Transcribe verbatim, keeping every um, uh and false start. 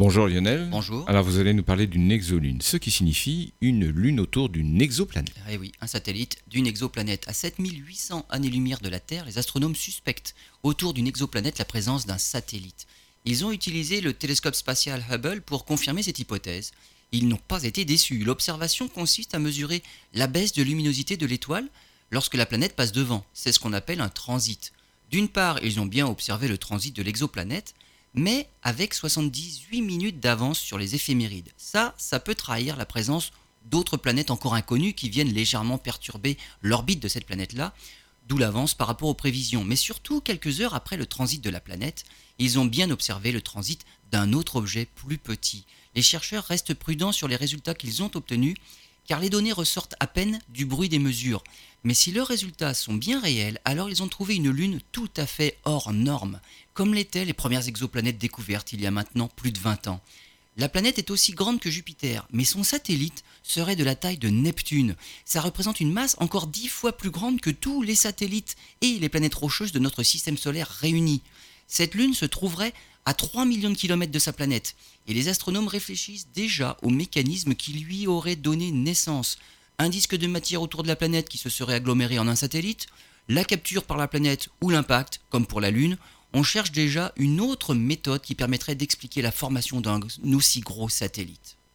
Bonjour Lionel. Bonjour. Alors vous allez nous parler d'une exolune, ce qui signifie une lune autour d'une exoplanète. Eh oui, un satellite d'une exoplanète. À sept mille huit cents années-lumière de la Terre, les astronomes suspectent autour d'une exoplanète la présence d'un satellite. Ils ont utilisé le télescope spatial Hubble pour confirmer cette hypothèse. Ils n'ont pas été déçus. L'observation consiste à mesurer la baisse de luminosité de l'étoile lorsque la planète passe devant. C'est ce qu'on appelle un transit. D'une part, ils ont bien observé le transit de l'exoplanète, mais avec soixante-dix-huit minutes d'avance sur les éphémérides. Ça, ça peut trahir la présence d'autres planètes encore inconnues qui viennent légèrement perturber l'orbite de cette planète-là, d'où l'avance par rapport aux prévisions. Mais surtout, quelques heures après le transit de la planète, ils ont bien observé le transit d'un autre objet plus petit. Les chercheurs restent prudents sur les résultats qu'ils ont obtenus, car les données ressortent à peine du bruit des mesures. Mais si leurs résultats sont bien réels, alors ils ont trouvé une lune tout à fait hors norme, comme l'étaient les premières exoplanètes découvertes il y a maintenant plus de vingt ans. La planète est aussi grande que Jupiter, mais son satellite serait de la taille de Neptune. Ça représente une masse encore dix fois plus grande que tous les satellites et les planètes rocheuses de notre système solaire réunis. Cette lune se trouverait à trois millions de kilomètres de sa planète, et les astronomes réfléchissent déjà aux mécanismes qui lui auraient donné naissance. Un disque de matière autour de la planète qui se serait aggloméré en un satellite, la capture par la planète ou l'impact, comme pour la Lune. On cherche déjà une autre méthode qui permettrait d'expliquer la formation d'un aussi gros satellite.